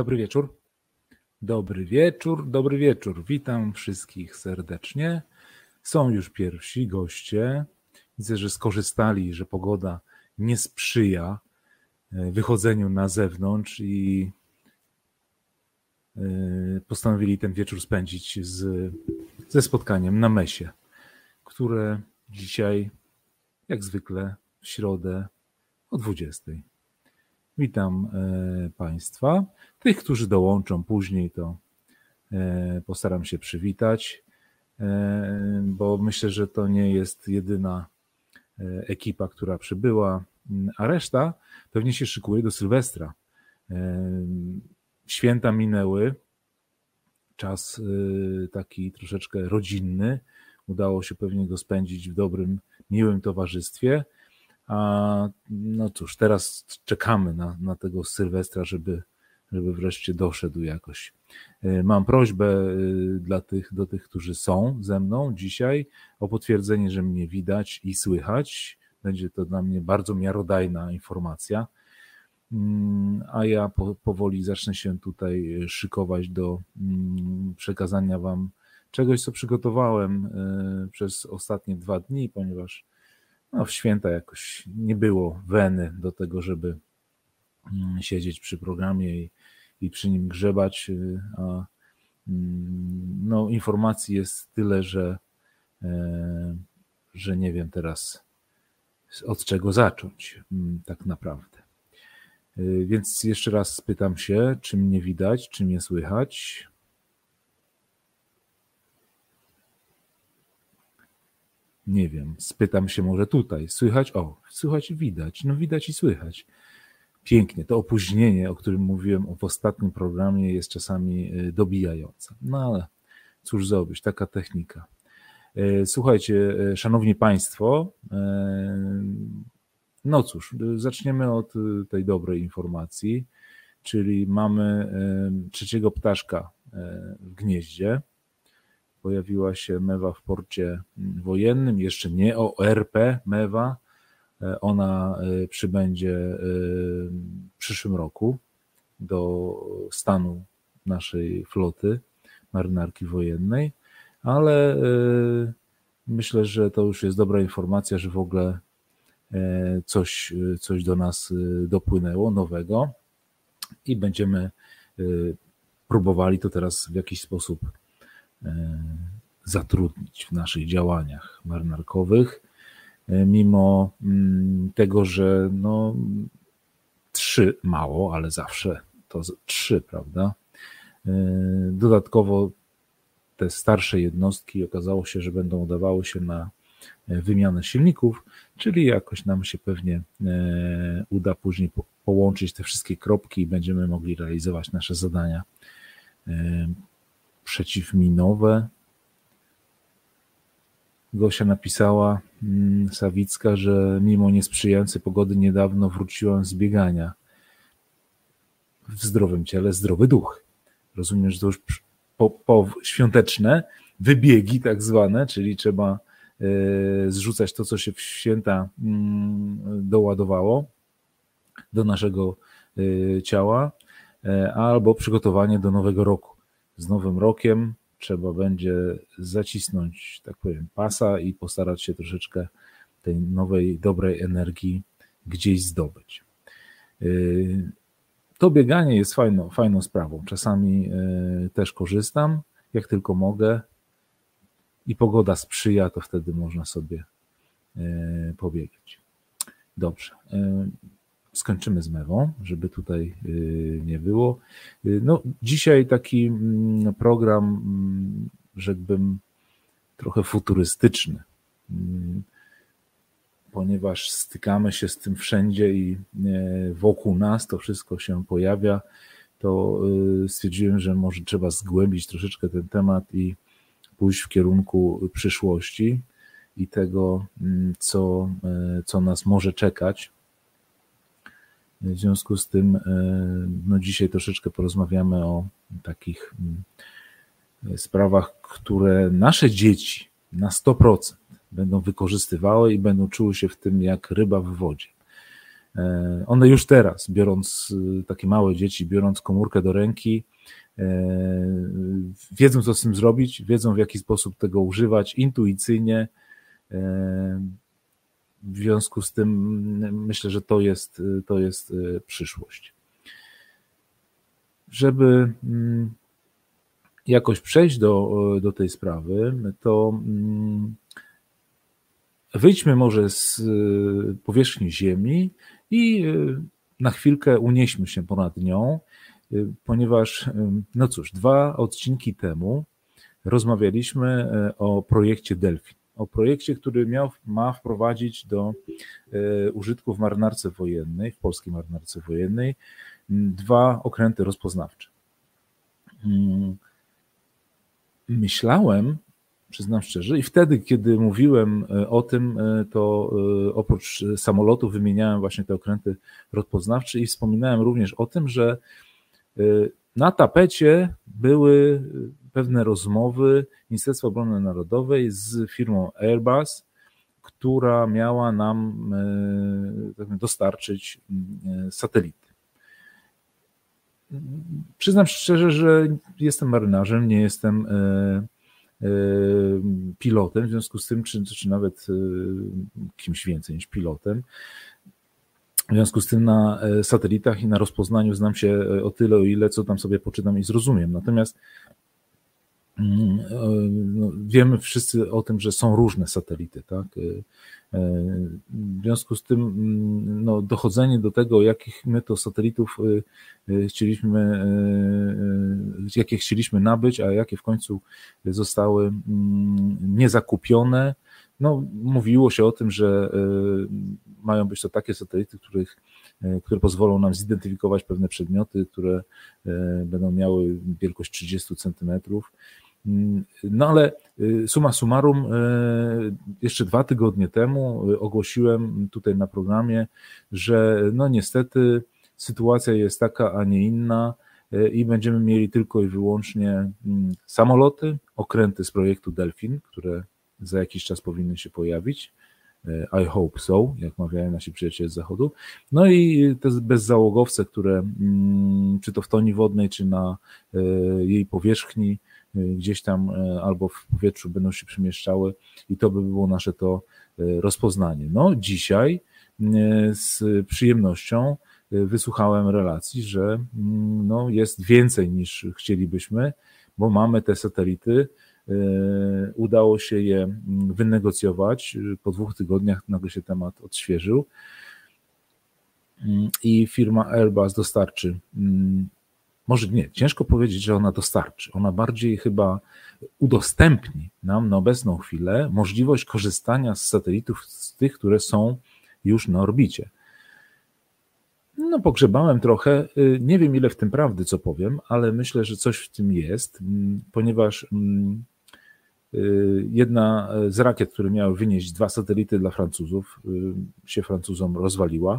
Dobry wieczór. Dobry wieczór, dobry wieczór. Witam wszystkich serdecznie. Są już pierwsi goście. Widzę, że skorzystali, że pogoda nie sprzyja wychodzeniu na zewnątrz i postanowili ten wieczór spędzić ze spotkaniem na mesie, które dzisiaj, jak zwykle, w środę o 20:00. Witam Państwa. Tych, którzy dołączą później, to postaram się przywitać, bo myślę, że to nie jest jedyna ekipa, która przybyła, a reszta pewnie się szykuje do Sylwestra. Święta minęły, czas taki troszeczkę rodzinny. Udało się pewnie go spędzić w dobrym, miłym towarzystwie. A no cóż, teraz czekamy na tego Sylwestra, żeby wreszcie doszedł jakoś. Mam prośbę do tych, którzy są ze mną dzisiaj, o potwierdzenie, że mnie widać i słychać. Będzie to dla mnie bardzo miarodajna informacja. A ja powoli zacznę się tutaj szykować do przekazania Wam czegoś, co przygotowałem przez ostatnie 2 dni, ponieważ w święta jakoś nie było weny do tego, żeby siedzieć przy programie i przy nim grzebać, a informacji jest tyle, że nie wiem teraz od czego zacząć tak naprawdę. Więc jeszcze raz spytam się, czy mnie widać, czy mnie słychać. Nie wiem, spytam się może tutaj. Słychać? O, słychać i widać. No widać i słychać. Pięknie. To opóźnienie, o którym mówiłem w ostatnim programie, jest czasami dobijające. No ale cóż zrobić, taka technika. Słuchajcie, szanowni Państwo, no cóż, zaczniemy od tej dobrej informacji, czyli mamy 3. ptaszka w gnieździe. Pojawiła się mewa w porcie wojennym, jeszcze nie ORP mewa. Ona przybędzie w przyszłym roku do stanu naszej floty marynarki wojennej, ale myślę, że to już jest dobra informacja, że w ogóle coś do nas dopłynęło nowego i będziemy próbowali to teraz w jakiś sposób zatrudnić w naszych działaniach marynarkowych, mimo tego, że 3 mało, ale zawsze to 3, prawda? Dodatkowo te starsze jednostki okazało się, że będą udawały się na wymianę silników, czyli jakoś nam się pewnie uda później połączyć te wszystkie kropki i będziemy mogli realizować nasze zadania przeciwminowe. Gosia napisała, Sawicka, że mimo niesprzyjającej pogody niedawno wróciłam z biegania. W zdrowym ciele zdrowy duch. Rozumiem, że to już po świąteczne wybiegi tak zwane, czyli trzeba zrzucać to, co się w święta doładowało do naszego ciała, albo przygotowanie do nowego roku. Z nowym rokiem trzeba będzie zacisnąć, tak powiem, pasa i postarać się troszeczkę tej nowej, dobrej energii gdzieś zdobyć. To bieganie jest fajną sprawą. Czasami też korzystam, jak tylko mogę i pogoda sprzyja, to wtedy można sobie pobiegać. Dobrze. Skończymy z mewą, żeby tutaj nie było. Dzisiaj taki program, rzekłbym, trochę futurystyczny, ponieważ stykamy się z tym wszędzie i wokół nas to wszystko się pojawia, to stwierdziłem, że może trzeba zgłębić troszeczkę ten temat i pójść w kierunku przyszłości i tego, co nas może czekać. W związku z tym dzisiaj troszeczkę porozmawiamy o takich sprawach, które nasze dzieci na 100% będą wykorzystywały i będą czuły się w tym jak ryba w wodzie. One już teraz, biorąc takie małe dzieci, biorąc komórkę do ręki, wiedzą, co z tym zrobić, wiedzą, w jaki sposób tego używać intuicyjnie. W związku z tym myślę, że to jest przyszłość. Żeby jakoś przejść do tej sprawy, to wyjdźmy może z powierzchni Ziemi i na chwilkę unieśmy się ponad nią, ponieważ, no cóż, 2 odcinki temu rozmawialiśmy o projekcie Delfin. O projekcie, który ma wprowadzić do użytku w marynarce wojennej, w polskiej marynarce wojennej, 2 okręty rozpoznawcze. Myślałem, przyznam szczerze, i wtedy, kiedy mówiłem o tym, to oprócz samolotu wymieniałem właśnie te okręty rozpoznawcze i wspominałem również o tym, że na tapecie były pewne rozmowy Ministerstwa Obrony Narodowej z firmą Airbus, która miała nam dostarczyć satelity. Przyznam szczerze, że jestem marynarzem, nie jestem pilotem, w związku z tym, czy nawet kimś więcej niż pilotem. W związku z tym na satelitach i na rozpoznaniu znam się o tyle, o ile, co tam sobie poczytam i zrozumiem. Natomiast no, wiemy wszyscy o tym, że są różne satelity, tak? W związku z tym no, dochodzenie do tego, jakich my to satelitów jakie chcieliśmy nabyć, a jakie w końcu zostały niezakupione, no, mówiło się o tym, że mają być to takie satelity, które pozwolą nam zidentyfikować pewne przedmioty, które będą miały wielkość 30 centymetrów. No ale summa summarum, jeszcze 2 tygodnie temu ogłosiłem tutaj na programie, że no niestety sytuacja jest taka, a nie inna i będziemy mieli tylko i wyłącznie samoloty, okręty z projektu Delfin, które za jakiś czas powinny się pojawić. I hope so, jak mawiają nasi przyjaciele z zachodu. No i te bezzałogowce, które czy to w toni wodnej, czy na jej powierzchni gdzieś tam albo w powietrzu będą się przemieszczały i to by było nasze to rozpoznanie. No dzisiaj z przyjemnością wysłuchałem relacji, że no jest więcej niż chcielibyśmy, bo mamy te satelity. Udało się je wynegocjować. Po 2 tygodniach nagle się temat odświeżył i firma Airbus dostarczy. Może nie, ciężko powiedzieć, że ona dostarczy. Ona bardziej chyba udostępni nam na obecną chwilę możliwość korzystania z satelitów, z tych, które są już na orbicie. No, pogrzebałem trochę. Nie wiem, ile w tym prawdy, co powiem, ale myślę, że coś w tym jest, ponieważ jedna z rakiet, które miały wynieść 2 satelity dla Francuzów, się Francuzom rozwaliła.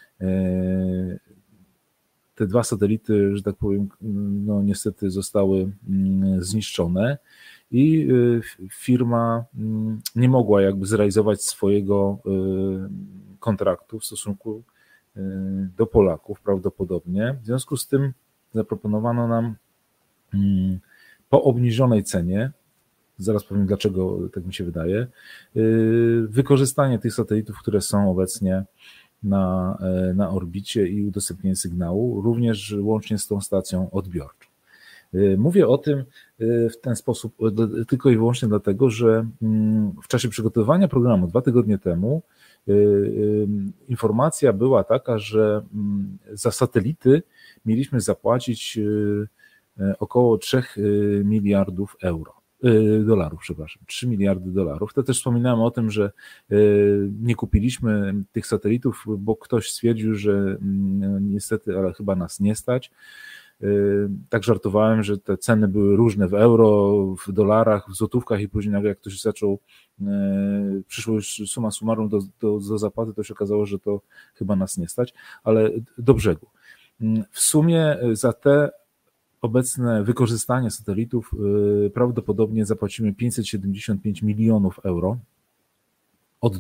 Te 2 satelity, że tak powiem, no niestety zostały zniszczone i firma nie mogła jakby zrealizować swojego kontraktu w stosunku do Polaków prawdopodobnie. W związku z tym zaproponowano nam po obniżonej cenie, zaraz powiem dlaczego tak mi się wydaje, wykorzystanie tych satelitów, które są obecnie na orbicie i udostępnienie sygnału, również łącznie z tą stacją odbiorczą. Mówię o tym w ten sposób tylko i wyłącznie dlatego, że w czasie przygotowywania programu 2 tygodnie temu informacja była taka, że za satelity mieliśmy zapłacić około 3 miliardów dolarów, przepraszam, 3 miliardy dolarów. To też wspominałem o tym, że nie kupiliśmy tych satelitów, bo ktoś stwierdził, że niestety, ale chyba nas nie stać. Tak żartowałem, że te ceny były różne w euro, w dolarach, w złotówkach i później nagle jak ktoś zaczął, przyszło już summa summarum do zapłaty, to się okazało, że to chyba nas nie stać, ale do brzegu. W sumie za te obecne wykorzystanie satelitów prawdopodobnie zapłacimy 575 milionów euro. Od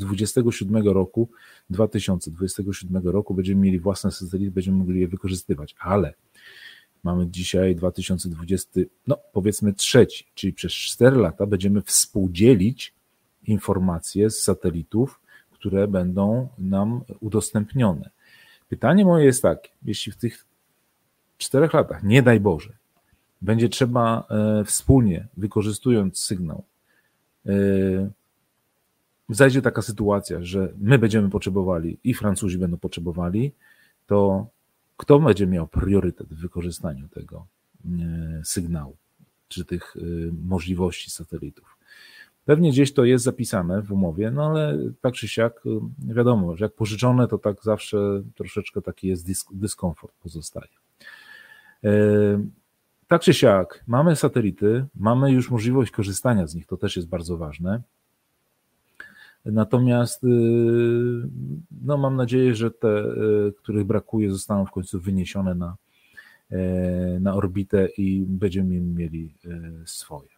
2027 roku będziemy mieli własne satelity, będziemy mogli je wykorzystywać, ale mamy dzisiaj 2020, no powiedzmy trzeci, czyli przez 4 lata będziemy współdzielić informacje z satelitów, które będą nam udostępnione. Pytanie moje jest takie, jeśli w tych 4 latach, nie daj Boże, będzie trzeba wspólnie, wykorzystując sygnał, zajdzie taka sytuacja, że my będziemy potrzebowali i Francuzi będą potrzebowali, to kto będzie miał priorytet w wykorzystaniu tego sygnału, czy tych możliwości satelitów? Pewnie gdzieś to jest zapisane w umowie, no ale tak czy siak wiadomo, że jak pożyczone, to tak zawsze troszeczkę taki jest dyskomfort pozostaje. Tak czy siak mamy satelity, mamy już możliwość korzystania z nich, to też jest bardzo ważne. Natomiast no mam nadzieję, że te, których brakuje, zostaną w końcu wyniesione na orbitę i będziemy mieli swoje.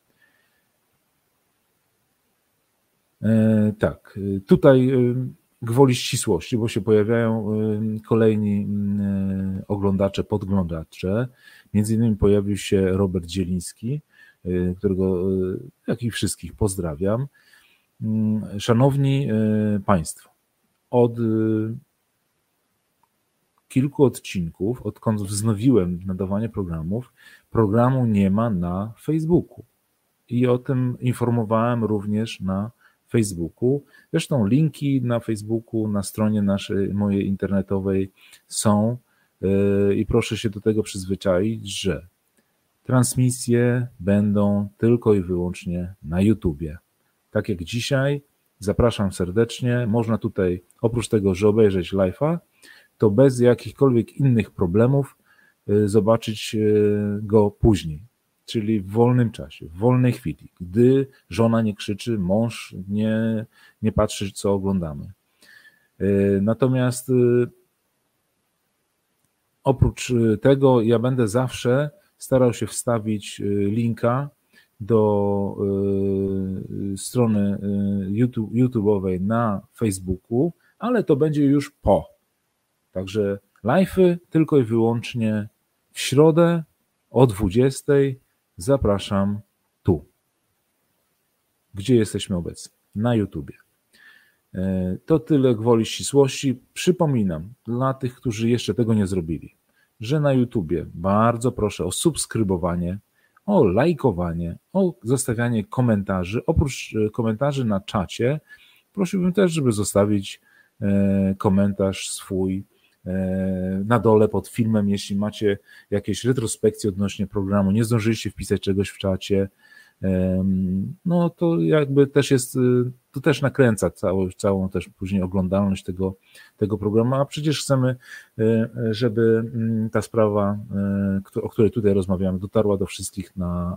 Tak, tutaj gwoli ścisłości, bo się pojawiają kolejni oglądacze, podglądacze. Między innymi pojawił się Robert Zieliński, którego, jak i wszystkich pozdrawiam. Szanowni Państwo, od kilku odcinków, odkąd wznowiłem nadawanie programu nie ma na Facebooku. I o tym informowałem również na Facebooku. Zresztą linki na Facebooku, na stronie mojej internetowej są i proszę się do tego przyzwyczaić, że transmisje będą tylko i wyłącznie na YouTubie. Tak jak dzisiaj, zapraszam serdecznie. Można tutaj, oprócz tego, że obejrzeć live'a, to bez jakichkolwiek innych problemów zobaczyć go później, czyli w wolnym czasie, w wolnej chwili, gdy żona nie krzyczy, mąż nie patrzy, co oglądamy. Natomiast oprócz tego ja będę zawsze starał się wstawić linka do strony YouTube'owej na Facebooku, ale to będzie już po. Także live'y tylko i wyłącznie w środę o 20:00 zapraszam tu, gdzie jesteśmy obecni, na YouTubie. To tyle gwoli ścisłości. Przypominam dla tych, którzy jeszcze tego nie zrobili, że na YouTubie bardzo proszę o subskrybowanie, o lajkowanie, o zostawianie komentarzy. Oprócz komentarzy na czacie prosiłbym też, żeby zostawić komentarz swój na dole pod filmem, jeśli macie jakieś retrospekcje odnośnie programu, nie zdążyliście wpisać czegoś w czacie, no to jakby też jest, to też nakręca całą też później oglądalność tego programu, a przecież chcemy, żeby ta sprawa, o której tutaj rozmawiamy, dotarła do wszystkich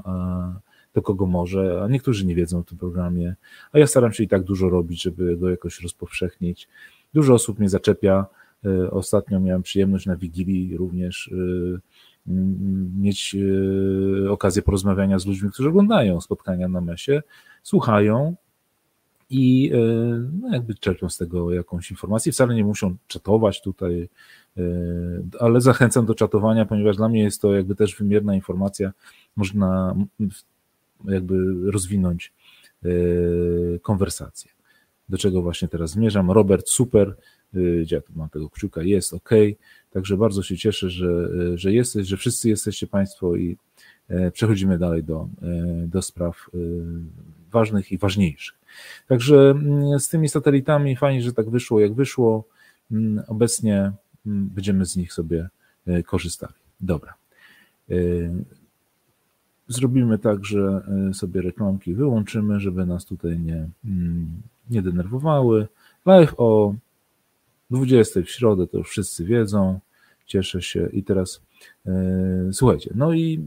do kogo może, a niektórzy nie wiedzą o tym programie, a ja staram się i tak dużo robić, żeby go jakoś rozpowszechnić. Dużo osób mnie zaczepia. Ostatnio miałem przyjemność na Wigilii również mieć okazję porozmawiania z ludźmi, którzy oglądają spotkania na mesie, słuchają i no jakby czerpią z tego jakąś informację. Wcale nie muszą czatować tutaj, ale zachęcam do czatowania, ponieważ dla mnie jest to jakby też wymierna informacja. Można jakby rozwinąć konwersację. Do czego właśnie teraz zmierzam. Robert, super. Ja tu mam tego kciuka, jest ok. Także bardzo się cieszę, że jesteś, że wszyscy jesteście Państwo i przechodzimy dalej do spraw ważnych i ważniejszych. Także z tymi satelitami fajnie, że tak wyszło, jak wyszło. Obecnie będziemy z nich sobie korzystali. Dobra. Zrobimy tak, że sobie reklamki wyłączymy, żeby nas tutaj nie denerwowały. Live o 20:00 w środę, to już wszyscy wiedzą, cieszę się. I teraz słuchajcie, no i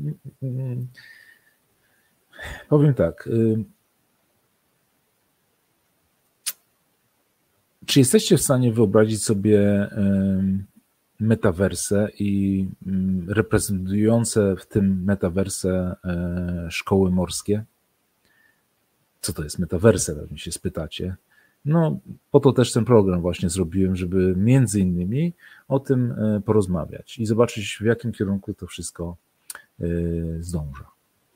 powiem tak, czy jesteście w stanie wyobrazić sobie metaversę i reprezentujące w tym metaversę szkoły morskie? Co to jest metaversa, pewnie się spytacie. No, po to też ten program właśnie zrobiłem, żeby między innymi o tym porozmawiać i zobaczyć, w jakim kierunku to wszystko zdąża.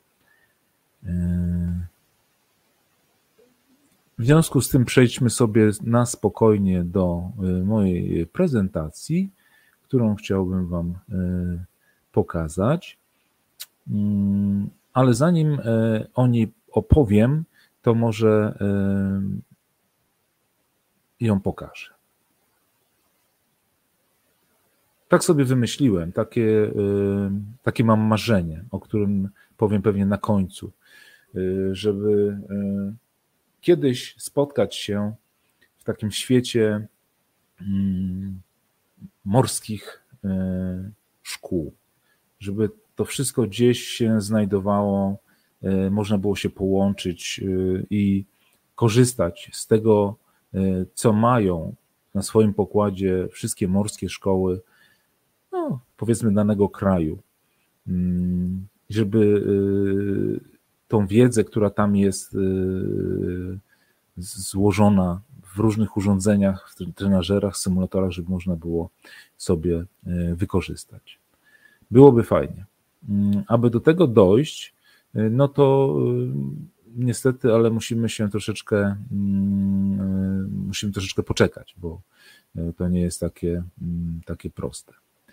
W związku z tym przejdźmy sobie na spokojnie do mojej prezentacji, którą chciałbym Wam pokazać. Ale zanim o niej opowiem, to może ją pokażę. Tak sobie wymyśliłem, takie mam marzenie, o którym powiem pewnie na końcu, żeby kiedyś spotkać się w takim świecie morskich szkół, żeby to wszystko gdzieś się znajdowało, można było się połączyć i korzystać z tego, co mają na swoim pokładzie wszystkie morskie szkoły, no, powiedzmy danego kraju, żeby tą wiedzę, która tam jest złożona w różnych urządzeniach, w trenażerach, symulatorach, żeby można było sobie wykorzystać. Byłoby fajnie. Aby do tego dojść, no to niestety, ale musimy troszeczkę poczekać, bo to nie jest takie proste.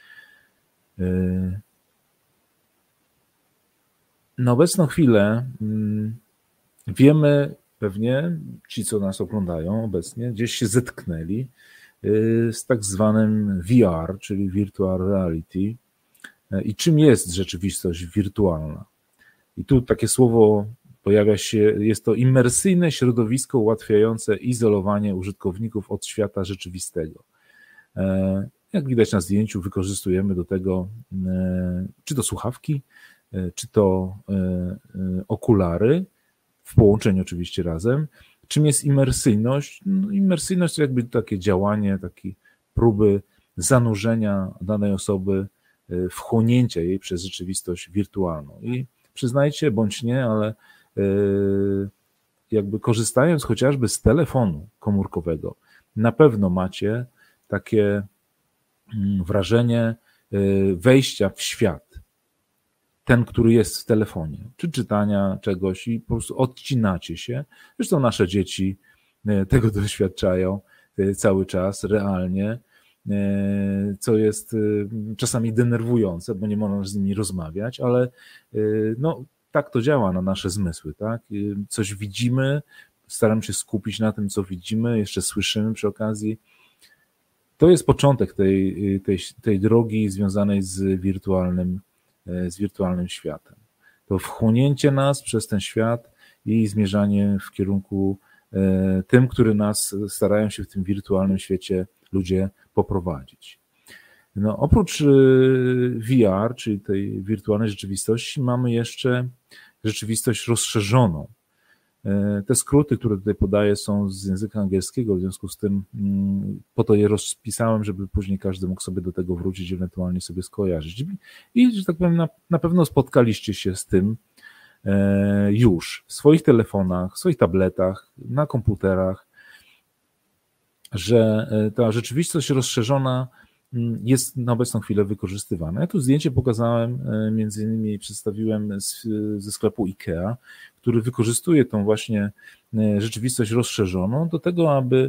Na obecną chwilę wiemy pewnie, ci co nas oglądają obecnie, gdzieś się zetknęli z tak zwanym VR, czyli Virtual Reality. I czym jest rzeczywistość wirtualna? I tu takie słowo pojawia się, jest to imersyjne środowisko ułatwiające izolowanie użytkowników od świata rzeczywistego. Jak widać na zdjęciu, wykorzystujemy do tego czy to słuchawki, czy to okulary, w połączeniu oczywiście razem. Czym jest imersyjność? No, imersyjność to jakby takie działanie, takie próby zanurzenia danej osoby, wchłonięcia jej przez rzeczywistość wirtualną. I przyznajcie bądź nie, ale jakby korzystając chociażby z telefonu komórkowego, na pewno macie takie wrażenie wejścia w świat, ten, który jest w telefonie, czy czytania czegoś i po prostu odcinacie się. Zresztą nasze dzieci tego doświadczają cały czas, realnie, co jest czasami denerwujące, bo nie można z nimi rozmawiać, ale no, tak to działa na nasze zmysły, tak? Coś widzimy, staramy się skupić na tym, co widzimy, jeszcze słyszymy przy okazji. To jest początek tej drogi związanej z wirtualnym światem. To wchłonięcie nas przez ten świat i zmierzanie w kierunku tym, który nas starają się w tym wirtualnym świecie ludzie poprowadzić. No, oprócz VR, czyli tej wirtualnej rzeczywistości, mamy jeszcze rzeczywistość rozszerzoną. Te skróty, które tutaj podaję, są z języka angielskiego, w związku z tym po to je rozpisałem, żeby później każdy mógł sobie do tego wrócić, ewentualnie sobie skojarzyć. I, że tak powiem, na pewno spotkaliście się z tym już w swoich telefonach, w swoich tabletach, na komputerach, że ta rzeczywistość rozszerzona jest na obecną chwilę wykorzystywana. Ja tu zdjęcie pokazałem, między innymi przedstawiłem ze sklepu IKEA, który wykorzystuje tą właśnie rzeczywistość rozszerzoną do tego, aby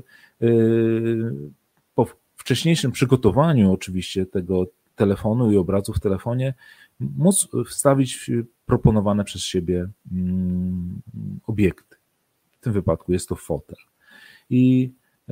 po wcześniejszym przygotowaniu oczywiście tego telefonu i obrazu w telefonie móc wstawić proponowane przez siebie obiekty. W tym wypadku jest to fotel. I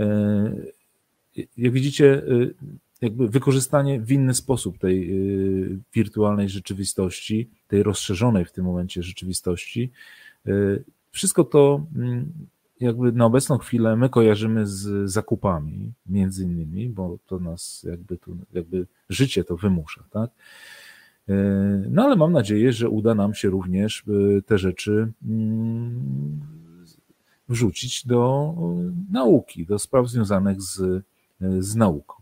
jak widzicie, jakby wykorzystanie w inny sposób tej wirtualnej rzeczywistości, tej rozszerzonej w tym momencie rzeczywistości, wszystko to jakby na obecną chwilę my kojarzymy z zakupami, między innymi, bo to nas jakby życie to wymusza, tak? No ale mam nadzieję, że uda nam się również te rzeczy wrzucić do nauki, do spraw związanych z nauką.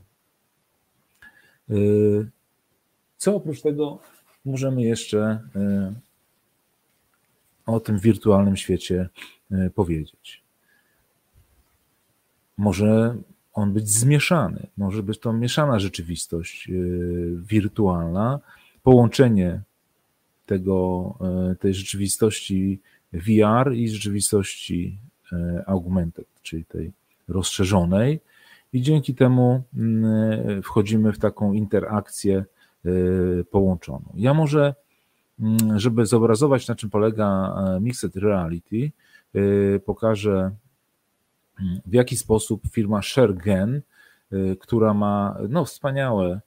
Co oprócz tego możemy jeszcze o tym wirtualnym świecie powiedzieć? może on być zmieszany, może być to mieszana rzeczywistość wirtualna, połączenie tej rzeczywistości VR i rzeczywistości augmented, czyli tej rozszerzonej, i dzięki temu wchodzimy w taką interakcję połączoną. Ja może, żeby zobrazować, na czym polega Mixed Reality, pokażę, w jaki sposób firma ShareGen, która ma wspaniałe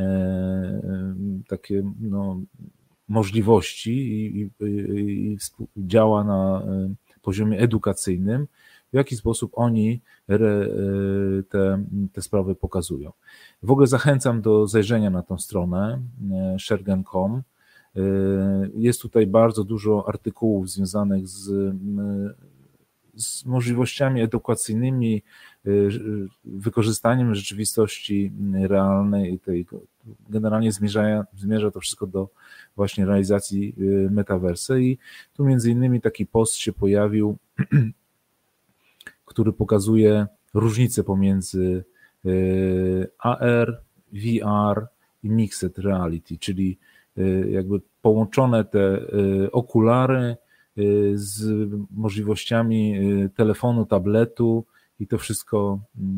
takie możliwości i działa na poziomie edukacyjnym, w jaki sposób oni te sprawy pokazują. W ogóle zachęcam do zajrzenia na tą stronę sharegen.com. Jest tutaj bardzo dużo artykułów związanych z możliwościami edukacyjnymi, wykorzystaniem rzeczywistości realnej, generalnie zmierza to wszystko do właśnie realizacji metaverse. I tu między innymi taki post się pojawił, który pokazuje różnicę pomiędzy AR, VR i Mixed Reality, czyli jakby połączone te okulary z możliwościami telefonu, tabletu, i to wszystko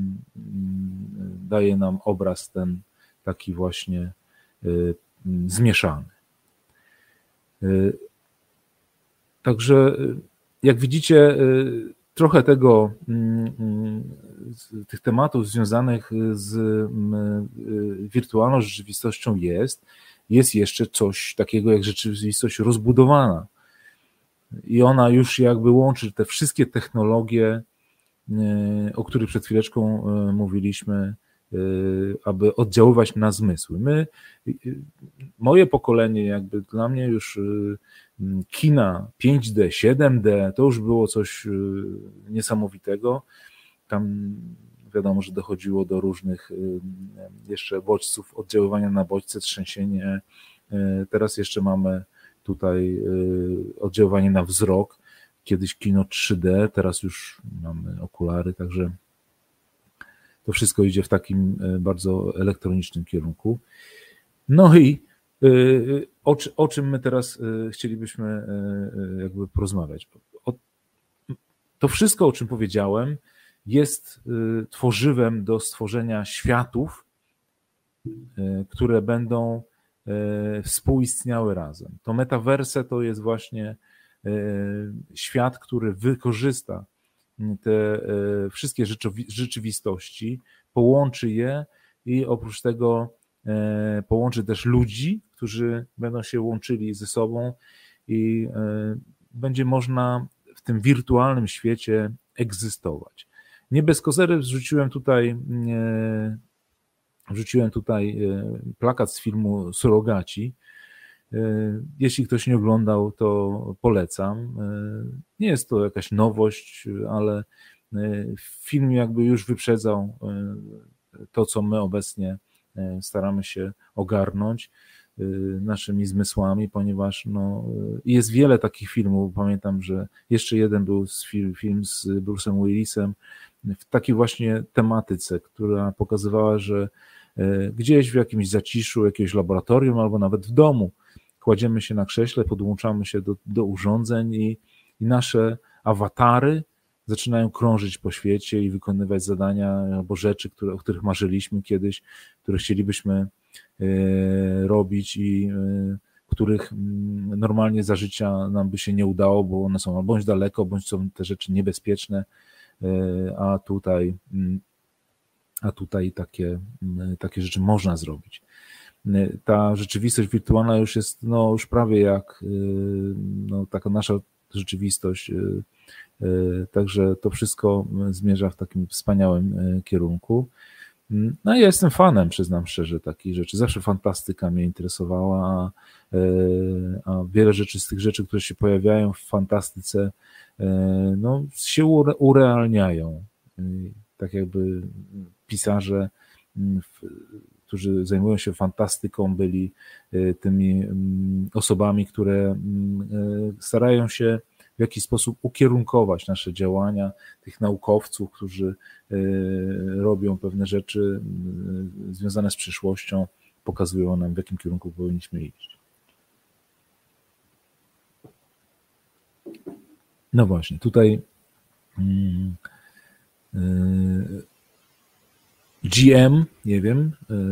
daje nam obraz ten taki właśnie zmieszany. Także jak widzicie, trochę tych tematów związanych z wirtualną rzeczywistością jest jeszcze coś takiego jak rzeczywistość rozbudowana. I ona już jakby łączy te wszystkie technologie, o których przed chwileczką mówiliśmy, aby oddziaływać na zmysły. Moje pokolenie, jakby dla mnie już kina 5D, 7D, to już było coś niesamowitego. Tam wiadomo, że dochodziło do różnych jeszcze bodźców, oddziaływania na bodźce, trzęsienie. Teraz jeszcze mamy tutaj oddziaływanie na wzrok. Kiedyś kino 3D, teraz już mamy okulary, także to wszystko idzie w takim bardzo elektronicznym kierunku. No i o czym my teraz chcielibyśmy jakby porozmawiać? To wszystko, o czym powiedziałem, jest tworzywem do stworzenia światów, które będą współistniały razem. To metaverse to jest właśnie świat, który wykorzysta te wszystkie rzeczywistości, połączy je i oprócz tego połączy też ludzi, którzy będą się łączyli ze sobą i będzie można w tym wirtualnym świecie egzystować. Nie bez kozery wrzuciłem tutaj plakat z filmu Surogaci. Jeśli ktoś nie oglądał, to polecam. Nie jest to jakaś nowość, ale film jakby już wyprzedzał to, co my obecnie staramy się ogarnąć naszymi zmysłami, ponieważ jest wiele takich filmów. Pamiętam, że jeszcze jeden był film z Bruce'em Willisem w takiej właśnie tematyce, która pokazywała, że gdzieś w jakimś zaciszu jakiegoś laboratorium albo nawet w domu kładziemy się na krześle, podłączamy się do urządzeń i nasze awatary zaczynają krążyć po świecie i wykonywać zadania albo rzeczy, o których marzyliśmy kiedyś, które chcielibyśmy robić i których normalnie za życia nam by się nie udało, bo one są bądź daleko, bądź są te rzeczy niebezpieczne, a tutaj takie rzeczy można zrobić. Ta rzeczywistość wirtualna już jest już prawie jak taka nasza rzeczywistość, także to wszystko zmierza w takim wspaniałym kierunku. No ja jestem fanem, przyznam szczerze, takich rzeczy. Zawsze fantastyka mnie interesowała, a wiele rzeczy z tych rzeczy, które się pojawiają w fantastyce, się urealniają. Tak jakby pisarze, którzy zajmują się fantastyką, byli tymi osobami, które starają się w jaki sposób ukierunkować nasze działania, tych naukowców, którzy robią pewne rzeczy związane z przyszłością, pokazują nam, w jakim kierunku powinniśmy iść. No właśnie, tutaj GM, nie wiem,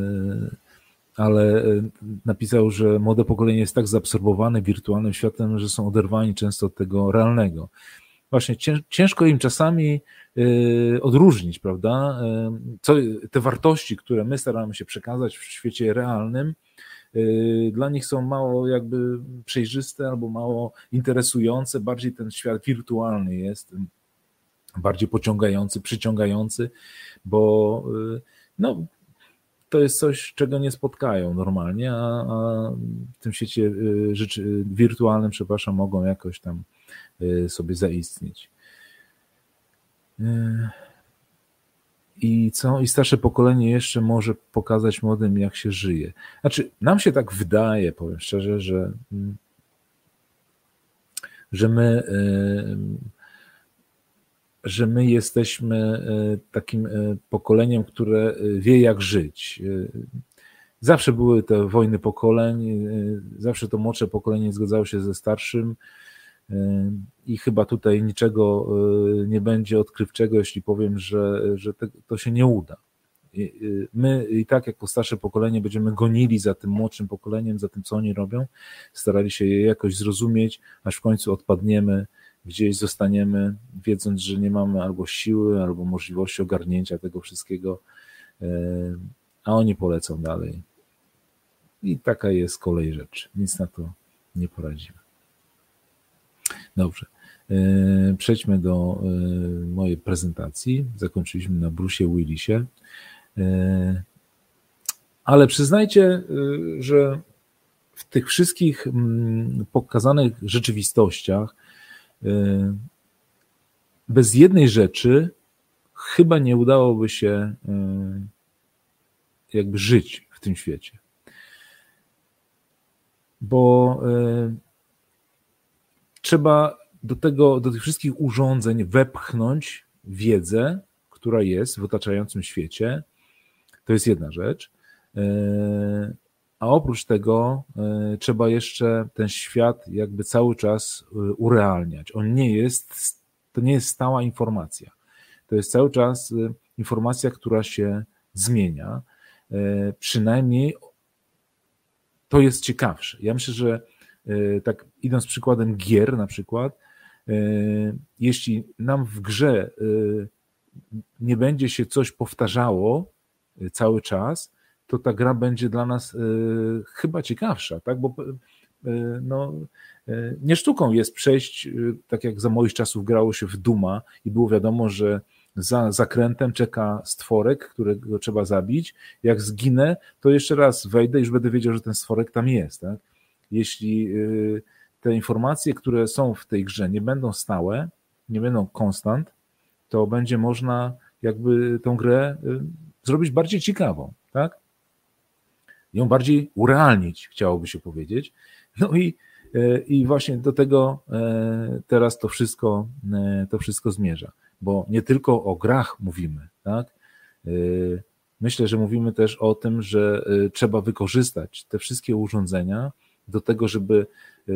ale napisał, że młode pokolenie jest tak zaabsorbowane wirtualnym światem, że są oderwani często od tego realnego. Właśnie ciężko im czasami odróżnić, prawda, co te wartości, które my staramy się przekazać w świecie realnym, dla nich są mało jakby przejrzyste albo mało interesujące, bardziej ten świat wirtualny jest bardziej pociągający, przyciągający, bo no, to jest coś, czego nie spotkają normalnie, a w tym świecie rzeczy wirtualnym, przepraszam, mogą jakoś tam sobie zaistnieć. I co? I starsze pokolenie jeszcze może pokazać młodym, jak się żyje. Znaczy, nam się tak wydaje, powiem szczerze, że my jesteśmy takim pokoleniem, które wie, jak żyć. Zawsze były te wojny pokoleń, zawsze to młodsze pokolenie zgadzało się ze starszym i chyba tutaj niczego nie będzie odkrywczego, jeśli powiem, że to się nie uda. My i tak jako starsze pokolenie będziemy gonili za tym młodszym pokoleniem, za tym, co oni robią, starali się je jakoś zrozumieć, aż w końcu odpadniemy, gdzieś zostaniemy, wiedząc, że nie mamy albo siły, albo możliwości ogarnięcia tego wszystkiego, a oni polecą dalej. I taka jest kolej rzeczy. Nic na to nie poradzimy. Dobrze. Przejdźmy do mojej prezentacji. Zakończyliśmy na Bruce'ie Willisie. Ale przyznajcie, że w tych wszystkich pokazanych rzeczywistościach bez jednej rzeczy chyba nie udałoby się jakby żyć w tym świecie. Bo trzeba do tych wszystkich urządzeń wepchnąć wiedzę, która jest w otaczającym świecie. To jest jedna rzecz. A oprócz tego trzeba jeszcze ten świat jakby cały czas urealniać. To nie jest stała informacja. To jest cały czas informacja, która się zmienia. Przynajmniej to jest ciekawsze. Ja myślę, że tak idąc przykładem gier na przykład, jeśli nam w grze nie będzie się coś powtarzało cały czas, to ta gra będzie dla nas chyba ciekawsza, tak? Bo no, nie sztuką jest przejść, tak jak za moich czasów grało się w Duma i było wiadomo, że za zakrętem czeka stworek, którego trzeba zabić. Jak zginę, to jeszcze raz wejdę i już będę wiedział, że ten stworek tam jest, tak? Jeśli te informacje, które są w tej grze, nie będą stałe, nie będą konstant, to będzie można jakby tą grę zrobić bardziej ciekawą, tak? Ją bardziej urealnić, chciałoby się powiedzieć. No i właśnie do tego teraz to wszystko zmierza, bo nie tylko o grach mówimy, tak? Myślę, że mówimy też o tym, że trzeba wykorzystać te wszystkie urządzenia do tego, żeby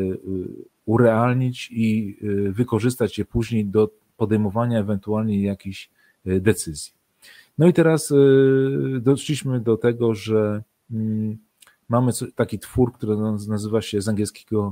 urealnić i wykorzystać je później do podejmowania ewentualnie jakichś decyzji. No i teraz doszliśmy do tego, że mamy taki twór, który nazywa się z angielskiego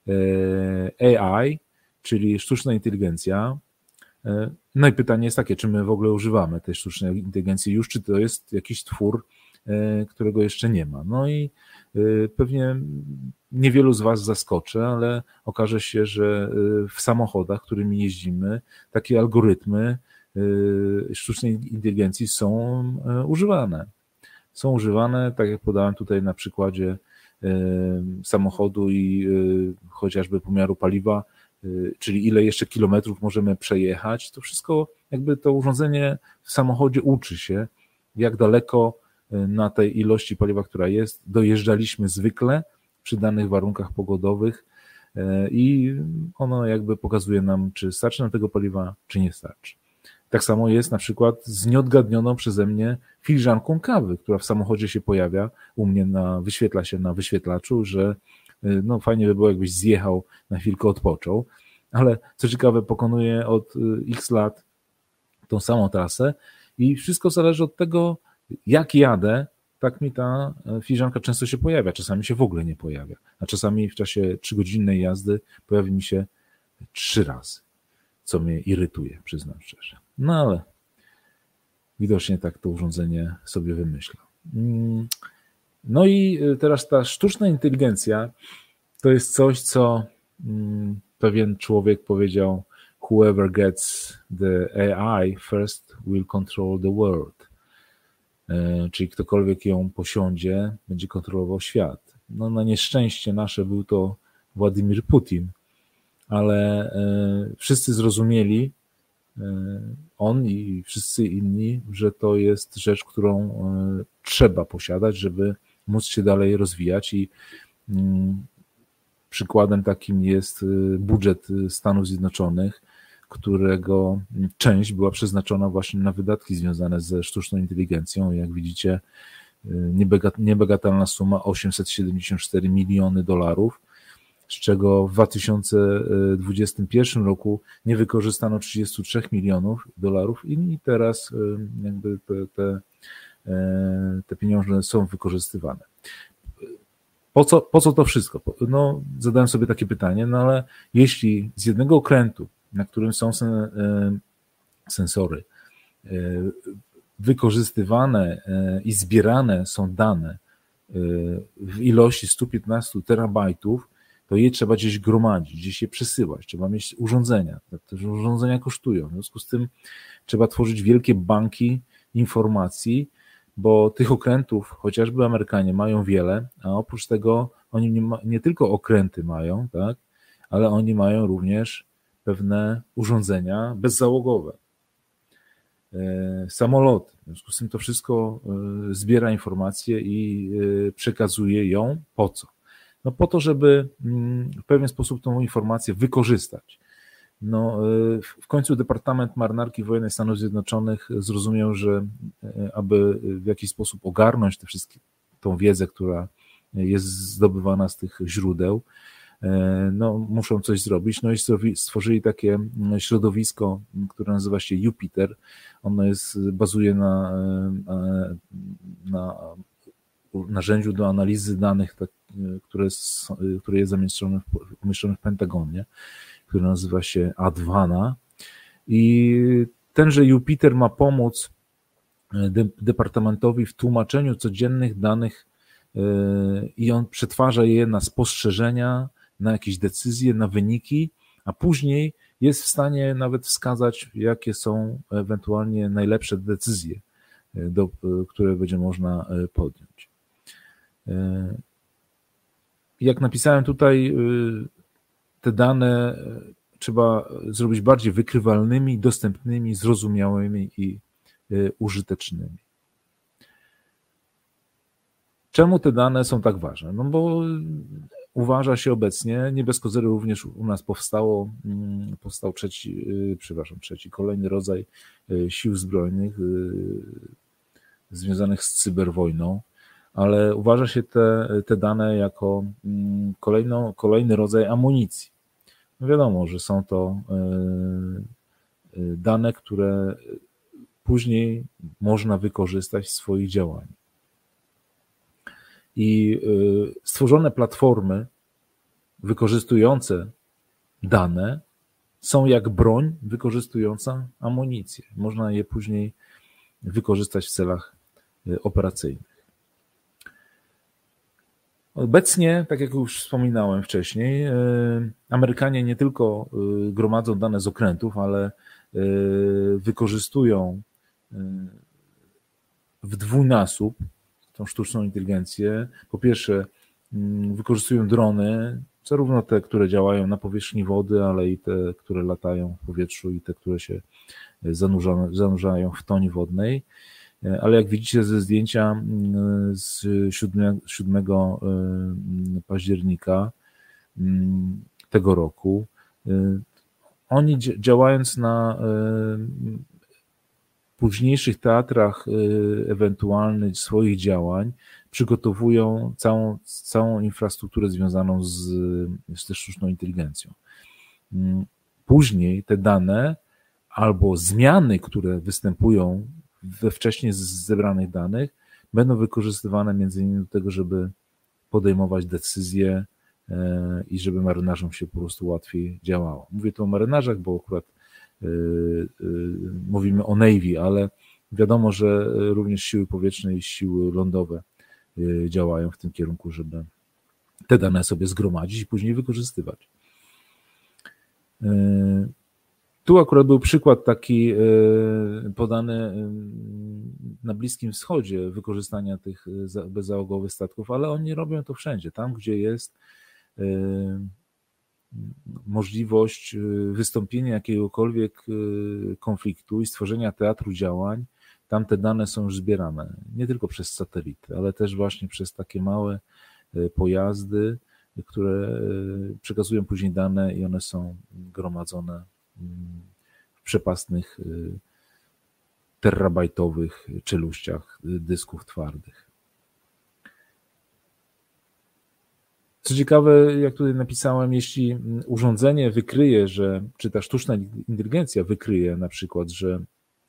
AI, czyli sztuczna inteligencja. No i pytanie jest takie, czy my w ogóle używamy tej sztucznej inteligencji już, czy to jest jakiś twór, którego jeszcze nie ma. No i pewnie niewielu z Was zaskoczy, ale okaże się, że w samochodach, którymi jeździmy, takie algorytmy sztucznej inteligencji są używane. Są używane, tak jak podałem tutaj na przykładzie samochodu i chociażby pomiaru paliwa, czyli ile jeszcze kilometrów możemy przejechać, to wszystko jakby to urządzenie w samochodzie uczy się, jak daleko na tej ilości paliwa, która jest, dojeżdżaliśmy zwykle przy danych warunkach pogodowych i ono jakby pokazuje nam, czy starczy nam tego paliwa, czy nie starczy. Tak samo jest na przykład z nieodgadnioną przeze mnie filiżanką kawy, która w samochodzie się pojawia, u mnie wyświetla się na wyświetlaczu, że no fajnie by było, jakbyś zjechał, na chwilkę odpoczął, ale co ciekawe, pokonuję od x lat tą samą trasę i wszystko zależy od tego, jak jadę, tak mi ta filiżanka często się pojawia, czasami się w ogóle nie pojawia, a czasami w czasie 3-godzinnej jazdy pojawi mi się 3 razy, co mnie irytuje, przyznam szczerze. No ale widocznie tak to urządzenie sobie wymyśla. No i teraz ta sztuczna inteligencja to jest coś, co pewien człowiek powiedział: whoever gets the AI first will control the world. Czyli ktokolwiek ją posiądzie, będzie kontrolował świat. No na nieszczęście nasze był to Władimir Putin, ale wszyscy zrozumieli, on i wszyscy inni, że to jest rzecz, którą trzeba posiadać, żeby móc się dalej rozwijać i przykładem takim jest budżet Stanów Zjednoczonych, którego część była przeznaczona właśnie na wydatki związane ze sztuczną inteligencją. Jak widzicie, niebagatelna suma $874 miliony, z czego w 2021 roku nie wykorzystano $33 milionów i teraz jakby te pieniądze są wykorzystywane. Po co to wszystko? No, zadałem sobie takie pytanie, no ale jeśli z jednego okrętu, na którym są sensory, wykorzystywane i zbierane są dane w ilości 115 terabajtów, to je trzeba gdzieś gromadzić, gdzieś je przesyłać, trzeba mieć urządzenia. Te urządzenia kosztują, w związku z tym trzeba tworzyć wielkie banki informacji, bo tych okrętów, chociażby Amerykanie mają wiele, a oprócz tego oni nie tylko okręty mają, tak, ale oni mają również pewne urządzenia bezzałogowe, samoloty. W związku z tym to wszystko zbiera informacje i przekazuje ją po co? No po to, żeby w pewien sposób tą informację wykorzystać. No, w końcu Departament Marynarki Wojennej Stanów Zjednoczonych zrozumiał, że aby w jakiś sposób ogarnąć tą wiedzę, która jest zdobywana z tych źródeł, no, muszą coś zrobić. No i stworzyli takie środowisko, które nazywa się Jupiter. Ono bazuje na narzędziu do analizy danych, które jest umieszczone w Pentagonie, który nazywa się Advana. I tenże Jupiter ma pomóc Departamentowi w tłumaczeniu codziennych danych i on przetwarza je na spostrzeżenia, na jakieś decyzje, na wyniki, a później jest w stanie nawet wskazać, jakie są ewentualnie najlepsze decyzje, które będzie można podjąć. Jak napisałem tutaj, te dane trzeba zrobić bardziej wykrywalnymi, dostępnymi, zrozumiałymi i użytecznymi. Czemu te dane są tak ważne? No bo uważa się obecnie, nie bez kozery również u nas powstał kolejny rodzaj sił zbrojnych związanych z cyberwojną, ale uważa się te dane jako kolejny rodzaj amunicji. No wiadomo, że są to dane, które później można wykorzystać w swoich działaniach. I stworzone platformy wykorzystujące dane są jak broń wykorzystująca amunicję. Można je później wykorzystać w celach operacyjnych. Obecnie, tak jak już wspominałem wcześniej, Amerykanie nie tylko gromadzą dane z okrętów, ale wykorzystują w dwójnasób tą sztuczną inteligencję. Po pierwsze, wykorzystują drony, zarówno te, które działają na powierzchni wody, ale i te, które latają w powietrzu i te, które się zanurzają w toni wodnej. Ale jak widzicie ze zdjęcia z 7 października, tego roku. Oni działając na późniejszych teatrach ewentualnych swoich działań przygotowują całą infrastrukturę związaną ze sztuczną inteligencją. Później te dane albo zmiany, które występują we wcześniej zebranych danych, będą wykorzystywane między innymi do tego, żeby podejmować decyzje i żeby marynarzom się po prostu łatwiej działało. Mówię tu o marynarzach, bo akurat mówimy o Navy, ale wiadomo, że również siły powietrzne i siły lądowe działają w tym kierunku, żeby te dane sobie zgromadzić i później wykorzystywać. Tu akurat był przykład taki podany na Bliskim Wschodzie wykorzystania tych bezzałogowych statków, ale oni robią to wszędzie. Tam, gdzie jest możliwość wystąpienia jakiegokolwiek konfliktu i stworzenia teatru działań, tam te dane są już zbierane. Nie tylko przez satelity, ale też właśnie przez takie małe pojazdy, które przekazują później dane i one są gromadzone w przepastnych terabajtowych czeluściach dysków twardych. Co ciekawe, jak tutaj napisałem, jeśli urządzenie wykryje, czy ta sztuczna inteligencja wykryje na przykład, że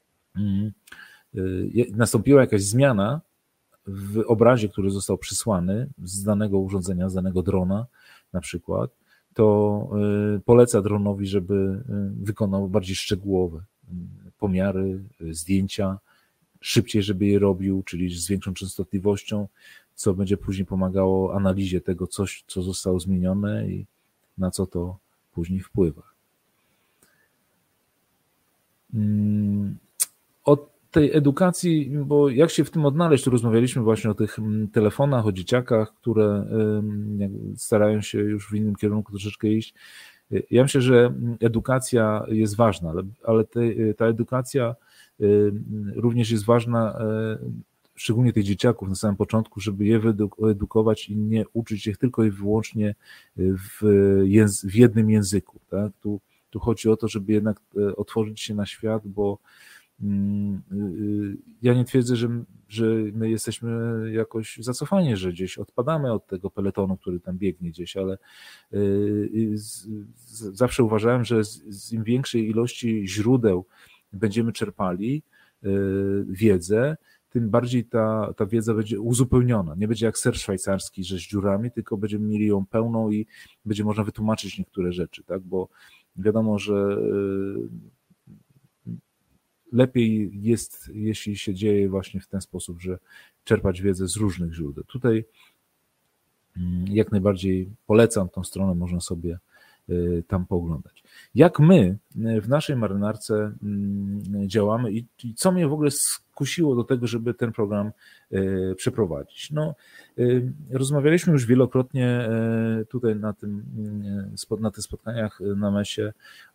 nastąpiła jakaś zmiana w obrazie, który został przysłany z danego urządzenia, z danego drona na przykład, to poleca dronowi, żeby wykonał bardziej szczegółowe pomiary, zdjęcia, szybciej, żeby je robił, czyli z większą częstotliwością, co będzie później pomagało analizie tego, co zostało zmienione i na co to później wpływa. Od tej edukacji, bo jak się w tym odnaleźć, tu rozmawialiśmy właśnie o tych telefonach, o dzieciakach, które starają się już w innym kierunku troszeczkę iść. Ja myślę, że edukacja jest ważna, ale ta edukacja również jest ważna, szczególnie tych dzieciaków na samym początku, żeby je wyedukować i nie uczyć ich tylko i wyłącznie w jednym języku. Tak? Tu chodzi o to, żeby jednak otworzyć się na świat, bo ja nie twierdzę, że my jesteśmy jakoś zacofani, że gdzieś odpadamy od tego peletonu, który tam biegnie gdzieś, ale zawsze uważałem, że z im większej ilości źródeł będziemy czerpali wiedzę, tym bardziej ta wiedza będzie uzupełniona. Nie będzie jak ser szwajcarski, że z dziurami, tylko będziemy mieli ją pełną i będzie można wytłumaczyć niektóre rzeczy, tak? Bo wiadomo, że lepiej jest, jeśli się dzieje właśnie w ten sposób, że czerpać wiedzę z różnych źródeł. Tutaj jak najbardziej polecam tą stronę, można sobie tam pooglądać. Jak my w naszej marynarce działamy i co mnie w ogóle skusiło do tego, żeby ten program przeprowadzić? No, rozmawialiśmy już wielokrotnie tutaj na tych spotkaniach na MES-ie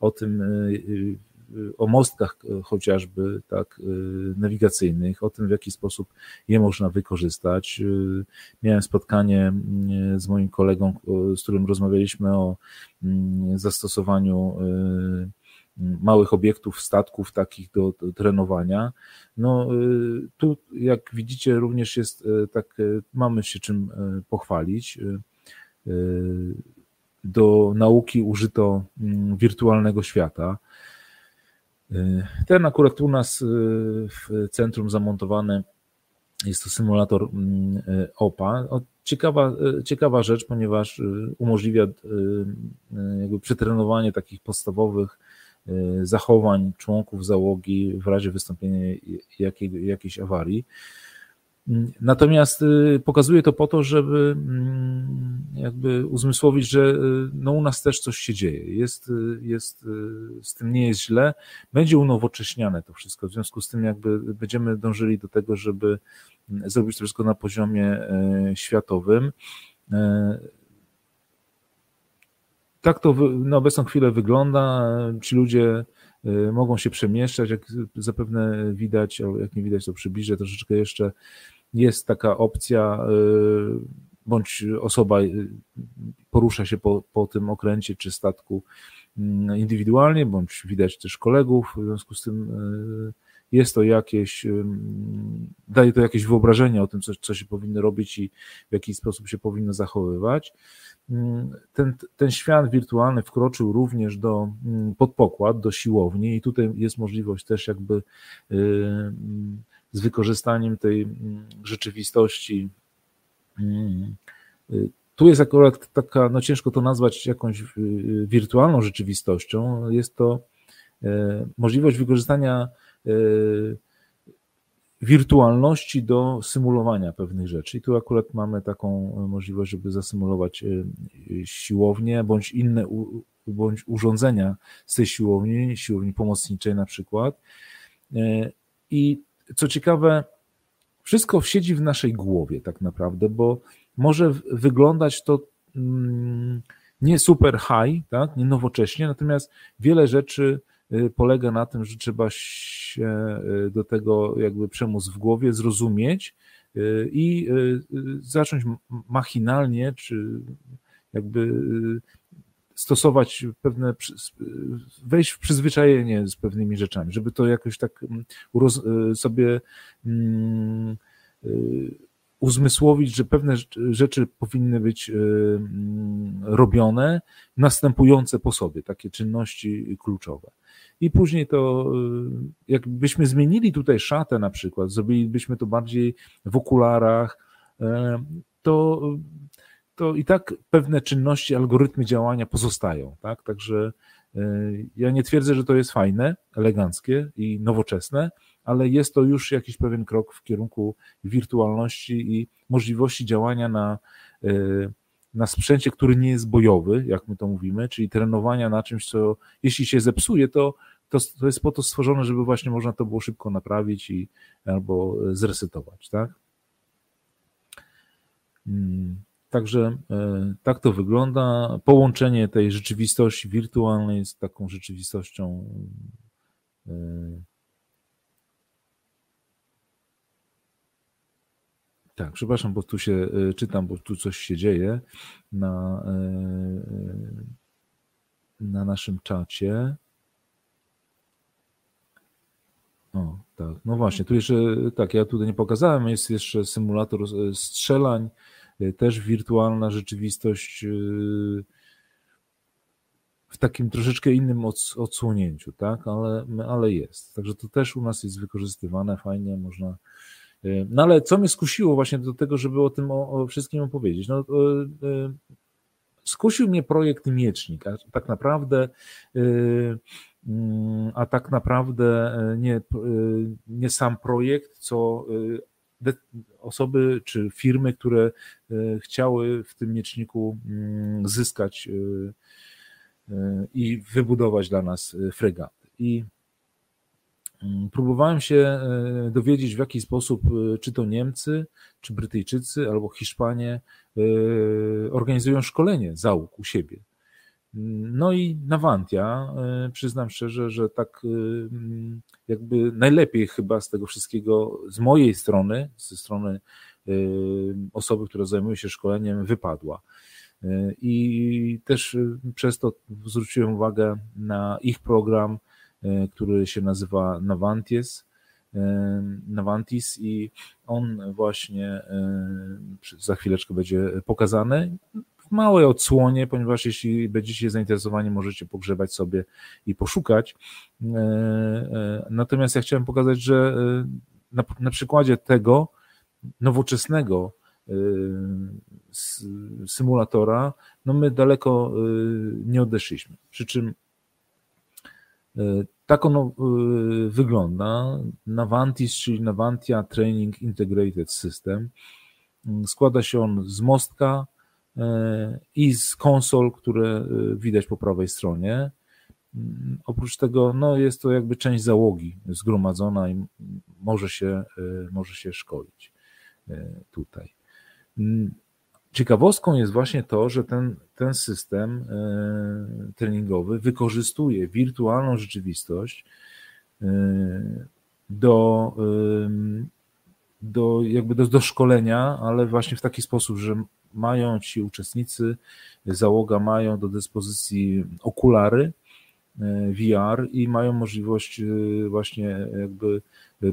o mostkach chociażby tak nawigacyjnych, o tym, w jaki sposób je można wykorzystać. Miałem spotkanie z moim kolegą, z którym rozmawialiśmy o zastosowaniu małych obiektów, statków takich do trenowania. No tu, jak widzicie, również jest tak, mamy się czym pochwalić. Do nauki użyto wirtualnego świata. Ten akurat u nas w centrum zamontowany jest to symulator OPA. Ciekawa rzecz, ponieważ umożliwia jakby przetrenowanie takich podstawowych zachowań członków załogi w razie wystąpienia jakiejś awarii. Natomiast pokazuje to po to, żeby jakby uzmysłowić, że no u nas też coś się dzieje. Z tym nie jest źle. Będzie unowocześniane to wszystko. W związku z tym jakby będziemy dążyli do tego, żeby zrobić to wszystko na poziomie światowym. Tak to na obecną chwilę wygląda. Ci ludzie mogą się przemieszczać, jak zapewne widać, a jak nie widać, to przybliżę troszeczkę jeszcze. Jest taka opcja bądź osoba porusza się po tym okręcie czy statku indywidualnie, bądź widać też kolegów, w związku z tym jest to daje to jakieś wyobrażenie o tym, co się powinno robić i w jaki sposób się powinno zachowywać. Ten świat wirtualny wkroczył również pod pokład, do siłowni i tutaj jest możliwość też jakby z wykorzystaniem tej rzeczywistości. Tu jest akurat taka, no ciężko to nazwać jakąś wirtualną rzeczywistością, jest to możliwość wykorzystania wirtualności do symulowania pewnych rzeczy. I tu akurat mamy taką możliwość, żeby zasymulować siłownię bądź urządzenia z tej siłowni pomocniczej na przykład. I co ciekawe, wszystko siedzi w naszej głowie tak naprawdę, bo może wyglądać to nie super high, tak, nie nowocześnie, natomiast wiele rzeczy polega na tym, że trzeba się do tego jakby przemóc w głowie, zrozumieć i zacząć machinalnie, czy jakby stosować wejść w przyzwyczajenie z pewnymi rzeczami, żeby to jakoś tak sobie uzmysłowić, że pewne rzeczy powinny być robione, następujące po sobie, takie czynności kluczowe. I później to, jakbyśmy zmienili tutaj szatę na przykład, zrobilibyśmy to bardziej w okularach, to i tak pewne czynności, algorytmy działania pozostają, tak? Także ja nie twierdzę, że to jest fajne, eleganckie i nowoczesne, ale jest to już jakiś pewien krok w kierunku wirtualności i możliwości działania na sprzęcie, który nie jest bojowy, jak my to mówimy, czyli trenowania na czymś, co jeśli się zepsuje, to jest po to stworzone, żeby właśnie można to było szybko naprawić albo zresetować, tak? Także tak to wygląda. Połączenie tej rzeczywistości wirtualnej z taką rzeczywistością tak, przepraszam, bo tu się czytam, bo tu coś się dzieje na naszym czacie. O, tak, no właśnie, tu jeszcze, tak, ja tutaj nie pokazałem, jest jeszcze symulator strzelań, też wirtualna rzeczywistość w takim troszeczkę innym odsłonięciu, tak, ale jest. Także to też u nas jest wykorzystywane, fajnie można. No ale co mnie skusiło właśnie do tego, żeby o tym o wszystkim opowiedzieć? No, skusił mnie projekt Miecznik, a tak naprawdę nie sam projekt, co osoby czy firmy, które chciały w tym Mieczniku zyskać i wybudować dla nas fregaty. I próbowałem się dowiedzieć, w jaki sposób czy to Niemcy, czy Brytyjczycy, albo Hiszpanie organizują szkolenie załóg u siebie. No i Navantia, przyznam szczerze, że tak jakby najlepiej chyba z tego wszystkiego z mojej strony, ze strony osoby, która zajmuje się szkoleniem, wypadła. I też przez to zwróciłem uwagę na ich program, który się nazywa Navantis i on właśnie za chwileczkę będzie pokazany w małej odsłonie, ponieważ jeśli będziecie zainteresowani, możecie pogrzebać sobie i poszukać. Natomiast ja chciałem pokazać, że na przykładzie tego nowoczesnego symulatora, no my daleko nie odeszliśmy. Przy czym tak ono wygląda. Navantis, czyli Navantia Training Integrated System. Składa się on z mostka i z konsol, które widać po prawej stronie. Oprócz tego no jest to jakby część załogi zgromadzona i może się szkolić tutaj. Ciekawostką jest właśnie to, że ten system treningowy wykorzystuje wirtualną rzeczywistość do szkolenia, ale właśnie w taki sposób, że mają ci uczestnicy, załoga mają do dyspozycji okulary VR i mają możliwość właśnie jakby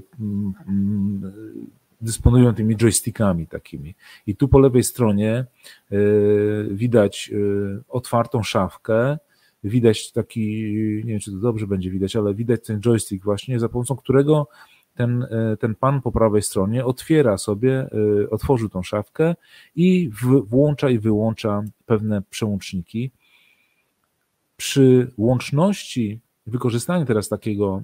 dysponują tymi joystickami takimi. I tu po lewej stronie widać otwartą szafkę, widać taki, nie wiem czy to dobrze będzie widać, ale widać ten joystick właśnie, za pomocą którego ten pan po prawej stronie otwiera sobie, otworzył tą szafkę i włącza i wyłącza pewne przełączniki. Przy łączności, wykorzystaniu teraz takiego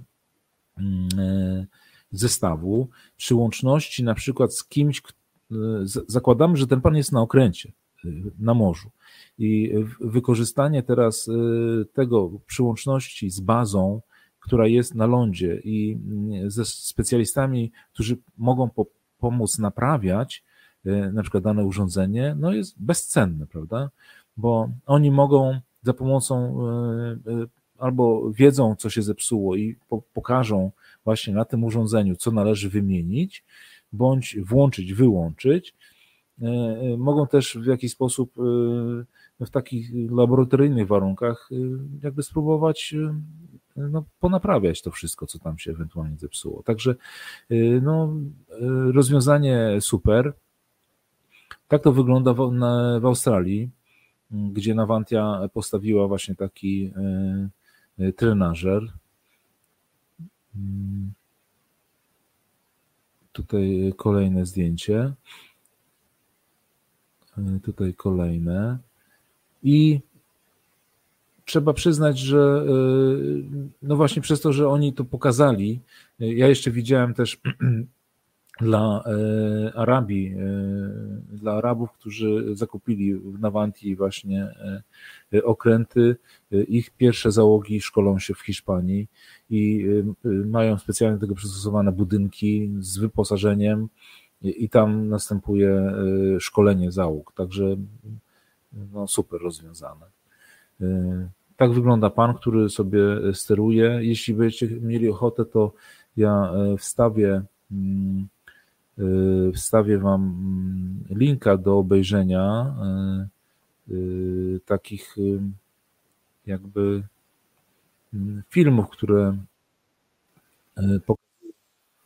zestawu, przy łączności na przykład z kimś, zakładamy, że ten pan jest na okręcie, na morzu i wykorzystanie teraz tego przy łączności z bazą, która jest na lądzie i ze specjalistami, którzy mogą pomóc naprawiać na przykład dane urządzenie, no jest bezcenne, prawda? Bo oni mogą za pomocą albo wiedzą, co się zepsuło i pokażą właśnie na tym urządzeniu, co należy wymienić, bądź włączyć, wyłączyć. Mogą też w jakiś sposób w takich laboratoryjnych warunkach jakby spróbować ponaprawiać to wszystko, co tam się ewentualnie zepsuło. Także rozwiązanie super. Tak to wygląda w Australii, gdzie Navantia postawiła właśnie taki trenażer. Tutaj kolejne zdjęcie. Tutaj kolejne. I trzeba przyznać, że no właśnie przez to, że oni to pokazali, ja jeszcze widziałem też dla Arabii, dla Arabów, którzy zakupili w Navantii właśnie okręty, ich pierwsze załogi szkolą się w Hiszpanii i mają specjalnie do tego przystosowane budynki z wyposażeniem i tam następuje szkolenie załóg, także no super rozwiązane. Tak wygląda pan, który sobie steruje. Jeśli będziecie mieli ochotę, to ja wstawię wam linka do obejrzenia takich jakby filmów, które pokazują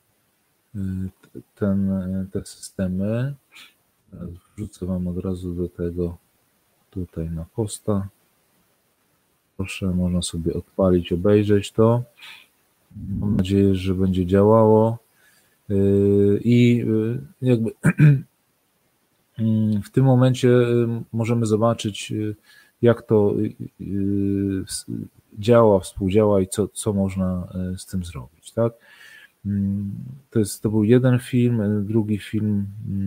te systemy. Wrzucę wam od razu do tego tutaj na posta. Proszę, można sobie odpalić, obejrzeć to. Mam nadzieję, że będzie działało. I jakby w tym momencie możemy zobaczyć, jak to działa, współdziała i co można z tym zrobić, tak? To był jeden film, drugi film,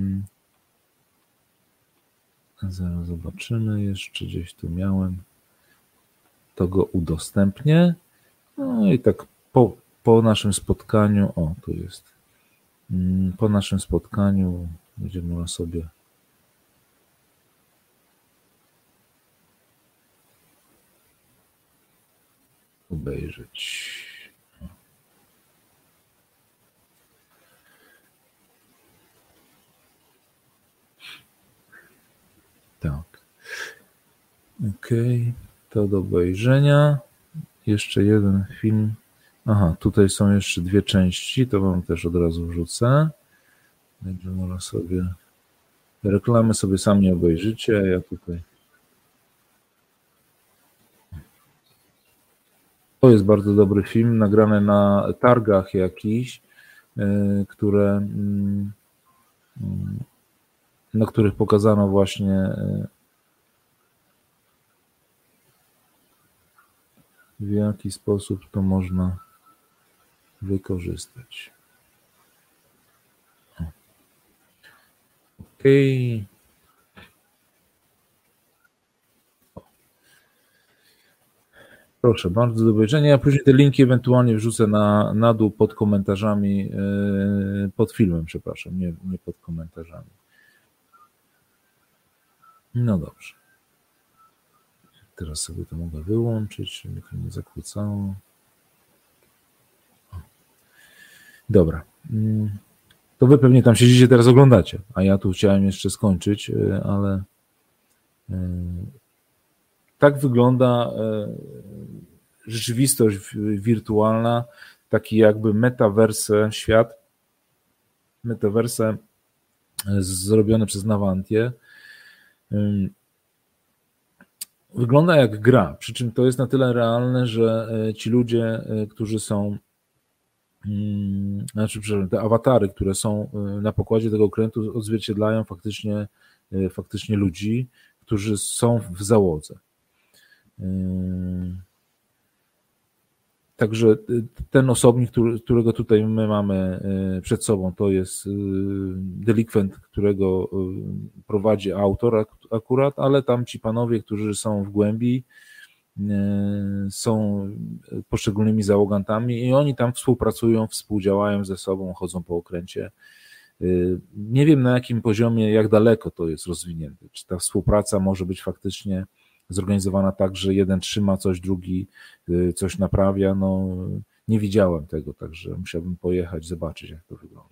zaraz zobaczymy, jeszcze gdzieś tu miałem, to go udostępnię, no i tak po naszym spotkaniu, o tu jest, po naszym spotkaniu będzie można sobie obejrzeć. Tak. Okej, to do obejrzenia. Jeszcze jeden film. Aha, tutaj są jeszcze dwie części, to wam też od razu wrzucę. Będzie można sobie reklamy sobie sami obejrzycie, ja tutaj. To jest bardzo dobry film, nagrany na targach jakichś, na których pokazano właśnie w jaki sposób to można wykorzystać. Okej. Proszę bardzo do obejrzenia. Ja później te linki ewentualnie wrzucę na dół pod komentarzami, pod filmem, przepraszam, nie pod komentarzami. No dobrze. Teraz sobie to mogę wyłączyć, żeby to nie zakłócało. Dobra. To wy pewnie tam siedzicie, teraz oglądacie, a ja tu chciałem jeszcze skończyć, ale Tak wygląda rzeczywistość wirtualna, taki jakby świat, metaverse zrobione przez Navantię. Wygląda jak gra, przy czym to jest na tyle realne, że ci ludzie, którzy są, te awatary, które są na pokładzie tego okrętu, odzwierciedlają faktycznie ludzi, którzy są w załodze. Także ten osobnik, którego tutaj my mamy przed sobą, to jest delikwent, którego prowadzi autor akurat, ale tam ci panowie, którzy są w głębi, są poszczególnymi załogantami i oni tam współpracują, współdziałają ze sobą, chodzą po okręcie. Nie wiem, na jakim poziomie, jak daleko to jest rozwinięte. Czy ta współpraca może być faktycznie zorganizowana tak, że jeden trzyma coś, drugi coś naprawia. No, nie widziałem tego, także musiałbym pojechać, zobaczyć, jak to wygląda.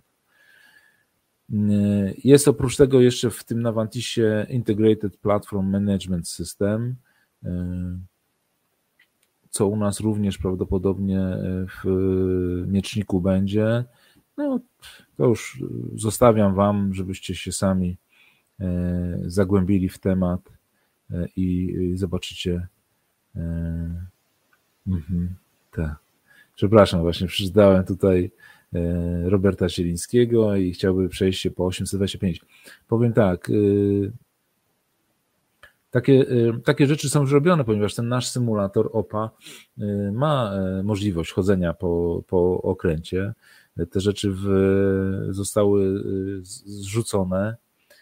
Jest oprócz tego jeszcze w tym Navantisie Integrated Platform Management System, co u nas również prawdopodobnie w Mieczniku będzie. No, to już zostawiam wam, żebyście się sami zagłębili w temat i zobaczycie. Tak. Przepraszam, właśnie przeczytałem tutaj Roberta Zielińskiego i chciałby przejść się po 825. Powiem tak, takie rzeczy są już robione, ponieważ ten nasz symulator OPA ma możliwość chodzenia po okręcie. Te rzeczy zostały zrzucone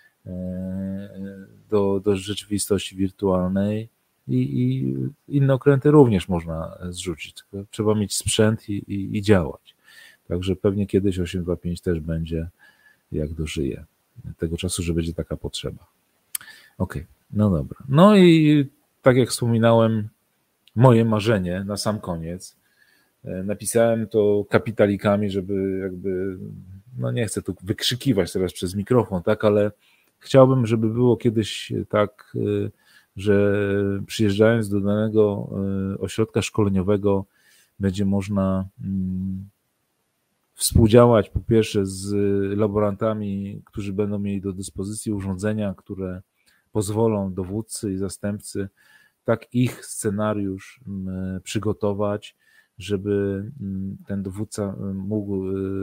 do rzeczywistości wirtualnej i inne okręty również można zrzucić. Tylko trzeba mieć sprzęt i działać. Także pewnie kiedyś 825 też będzie, jak dożyje tego czasu, że będzie taka potrzeba. Okej, no dobra. No i tak jak wspominałem, moje marzenie na sam koniec. Napisałem to kapitalikami, żeby jakby, no nie chcę tu wykrzykiwać teraz przez mikrofon, tak, ale chciałbym, żeby było kiedyś tak, że przyjeżdżając do danego ośrodka szkoleniowego będzie można współdziałać po pierwsze z laborantami, którzy będą mieli do dyspozycji urządzenia, które pozwolą dowódcy i zastępcy tak ich scenariusz przygotować, żeby ten dowódca mógł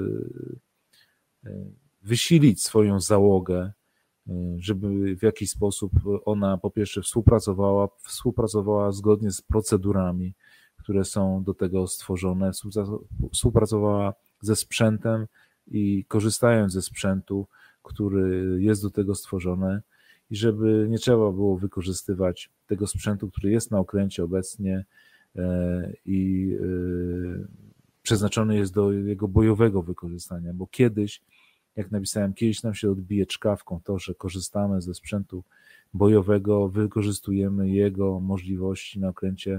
wysilić swoją załogę, żeby w jakiś sposób ona po pierwsze współpracowała zgodnie z procedurami, które są do tego stworzone, współpracowała ze sprzętem i korzystając ze sprzętu, który jest do tego stworzony, i żeby nie trzeba było wykorzystywać tego sprzętu, który jest na okręcie obecnie i przeznaczony jest do jego bojowego wykorzystania, bo kiedyś, jak napisałem, kiedyś nam się odbije czkawką to, że korzystamy ze sprzętu bojowego, wykorzystujemy jego możliwości na okręcie,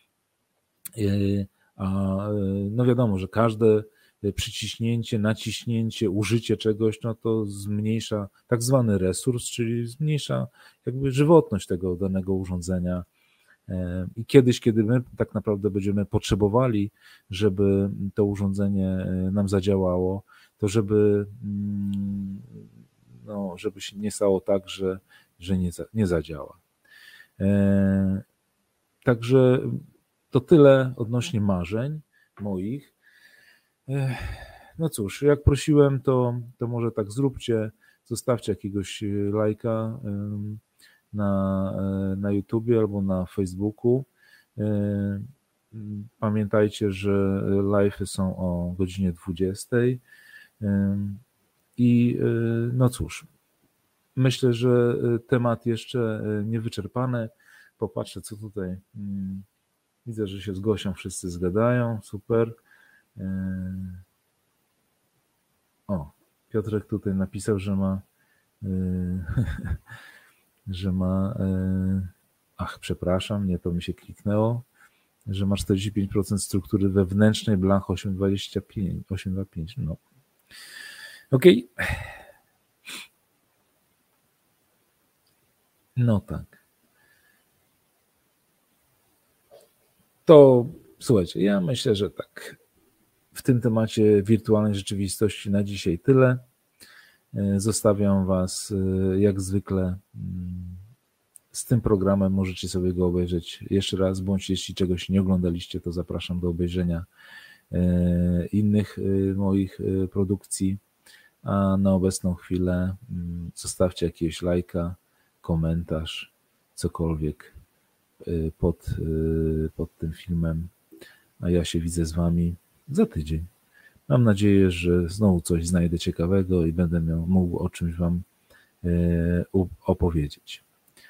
a no wiadomo, że każde przyciśnięcie, naciśnięcie, użycie czegoś, no to zmniejsza tak zwany resurs, czyli zmniejsza jakby żywotność tego danego urządzenia. I kiedyś, kiedy my tak naprawdę będziemy potrzebowali, żeby to urządzenie nam zadziałało, to żeby się nie stało tak, że nie zadziała. Także to tyle odnośnie marzeń moich. No cóż, jak prosiłem, to może tak zróbcie, zostawcie jakiegoś lajka na YouTubie albo na Facebooku. Pamiętajcie, że live'y są o godzinie 20. I no cóż, myślę, że temat jeszcze niewyczerpany. Popatrzę, co tutaj. Widzę, że się z Gosią wszyscy zgadają. Super. O, Piotrek tutaj napisał, że ma przepraszam, nie, to mi się kliknęło, że ma 45% struktury wewnętrznej Blanch 825, no. Okej. No tak. To słuchajcie, ja myślę, że tak. W tym temacie wirtualnej rzeczywistości na dzisiaj tyle. Zostawiam Was jak zwykle z tym programem. Możecie sobie go obejrzeć jeszcze raz, bądź jeśli czegoś nie oglądaliście, to zapraszam do obejrzenia innych moich produkcji. A na obecną chwilę zostawcie jakiegoś lajka, komentarz, cokolwiek pod tym filmem. A ja się widzę z Wami za tydzień. Mam nadzieję, że znowu coś znajdę ciekawego i będę mógł o czymś Wam opowiedzieć.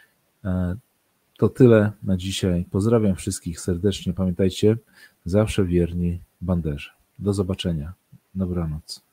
To tyle na dzisiaj. Pozdrawiam wszystkich serdecznie. Pamiętajcie, zawsze wierni banderze. Do zobaczenia. Dobranoc.